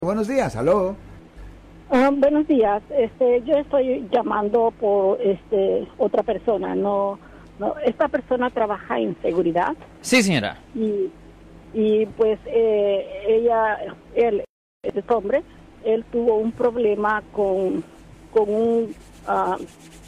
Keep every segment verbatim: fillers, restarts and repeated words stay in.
Buenos días, aló. Uh, buenos días. Este, yo estoy llamando por este otra persona. No, no. Esta persona trabaja en seguridad. Sí, señora. Y, y pues eh, ella, él, este hombre, él tuvo un problema con con un uh,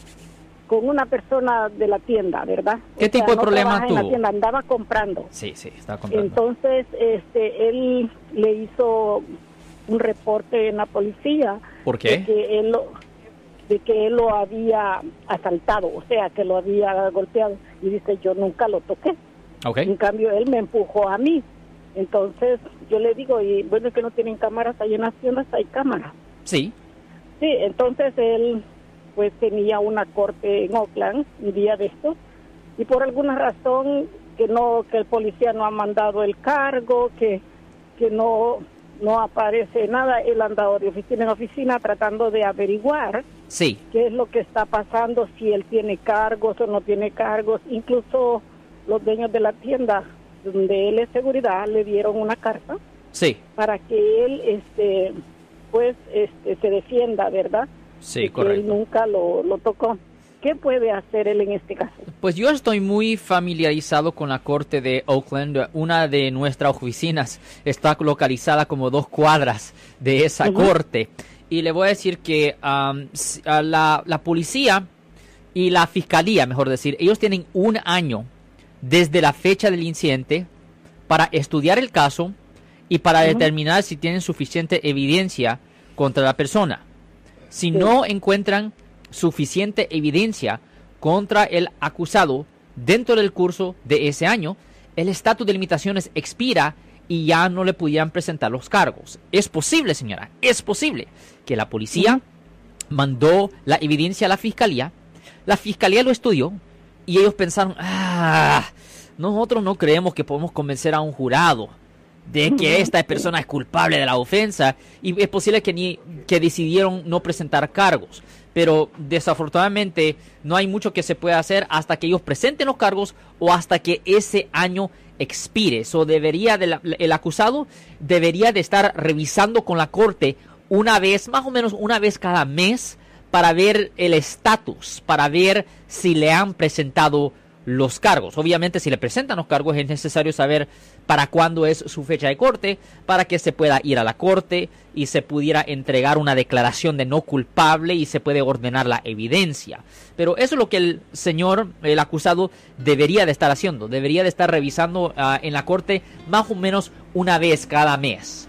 con una persona de la tienda, ¿verdad? ¿Qué o tipo sea, de no problema tuvo? En la tienda, andaba comprando. Sí, sí, estaba comprando. Entonces, este, él le hizo un reporte en la policía. ¿Por qué? De que él lo, de que él lo había asaltado, o sea, que lo había golpeado. Y dice, yo nunca lo toqué. Okay. En cambio, él me empujó a mí. Entonces, yo le digo, y bueno, es que no tienen cámaras, ahí en las tiendas hay cámaras. Sí. Sí, entonces él, pues, tenía una corte en Oakland, un día de estos, y por alguna razón, que no, que el policía no ha mandado el cargo, que, que no... no aparece nada, él ha andado de oficina en oficina tratando de averiguar sí. qué es lo que está pasando, si él tiene cargos o no tiene cargos. Incluso los dueños de la tienda donde él es seguridad le dieron una carta sí. para que él este pues este se defienda, ¿verdad? Sí, de correcto. que él nunca lo, lo tocó. ¿Qué puede hacer él en este caso? Pues yo estoy muy familiarizado con la corte de Oakland. Una de nuestras oficinas está localizada como dos cuadras de esa uh-huh. corte. Y le voy a decir que um, la, la policía y la fiscalía, mejor decir, ellos tienen un año desde la fecha del incidente para estudiar el caso y para uh-huh. determinar si tienen suficiente evidencia contra la persona. Si sí. no encuentran suficiente evidencia contra el acusado dentro del curso de ese año, el estatus de limitaciones expira y ya no le pudieran presentar los cargos. Es posible, señora, es posible que la policía uh-huh. mandó la evidencia a la fiscalía, la fiscalía lo estudió y ellos pensaron, ah, nosotros no creemos que podemos convencer a un jurado de que esta persona es culpable de la ofensa, y es posible que ni que decidieron no presentar cargos. Pero desafortunadamente no hay mucho que se pueda hacer hasta que ellos presenten los cargos o hasta que ese año expire. So, debería de la, el acusado debería de estar revisando con la corte una vez, más o menos una vez cada mes, para ver el estatus, para ver si le han presentado los cargos. Obviamente, si le presentan los cargos, es necesario saber para cuándo es su fecha de corte, para que se pueda ir a la corte y se pudiera entregar una declaración de no culpable y se puede ordenar la evidencia. Pero eso es lo que el señor, el acusado, debería de estar haciendo. Debería de estar revisando uh, en la corte más o menos una vez cada mes.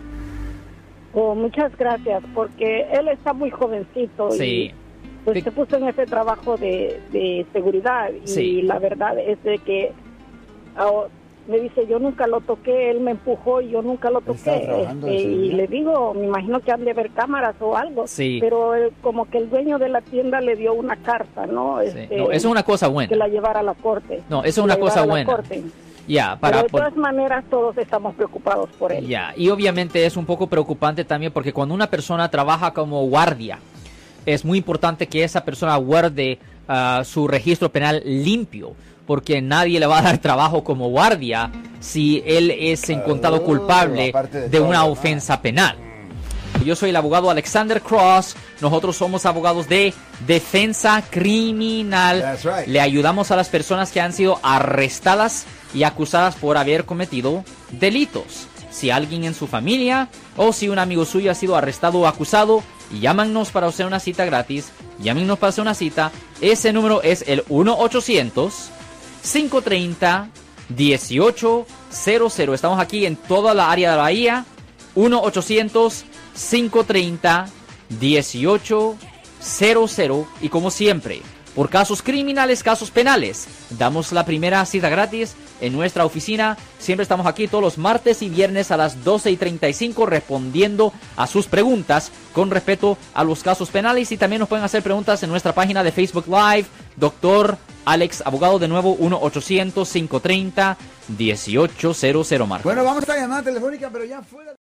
Oh, muchas gracias, porque él está muy jovencito. Sí. Y pues se puso en ese trabajo de, de seguridad y sí. la verdad es de que oh, me dice, yo nunca lo toqué, él me empujó y yo nunca lo toqué. Este, y le digo, me imagino que han de ver cámaras o algo, sí. pero eh, como que el dueño de la tienda le dio una carta, ¿no? Sí. Este, no, eso es una cosa buena. Que la llevara a la corte. No, eso es una cosa buena. Ya, para, pero de por... todas maneras todos estamos preocupados por él. Ya, y obviamente es un poco preocupante también porque cuando una persona trabaja como guardia, es muy importante que esa persona guarde uh, su registro penal limpio, porque nadie le va a dar trabajo como guardia si él es encontrado oh, culpable de, de una ofensa penal. Yo soy el abogado Alexander Cross. Nosotros somos abogados de defensa criminal. That's right. Le ayudamos a las personas que han sido arrestadas y acusadas por haber cometido delitos. Si alguien en su familia o si un amigo suyo ha sido arrestado o acusado, llámanos para hacer una cita gratis. Llámenos para hacer una cita. Ese número es el uno ochocientos, cinco treinta, dieciocho cero cero. Estamos aquí en toda la área de la Bahía. uno ochocientos, cinco treinta, dieciocho cero cero. Y como siempre, por casos criminales, casos penales, damos la primera cita gratis en nuestra oficina. Siempre estamos aquí todos los martes y viernes a las doce y treinta y cinco respondiendo a sus preguntas con respecto a los casos penales. Y también nos pueden hacer preguntas en nuestra página de Facebook Live. Doctor Alex, abogado, de nuevo, uno ochocientos, cinco treinta, dieciocho cero cero. Marco. Bueno, vamos a la llamada telefónica, pero ya fuera.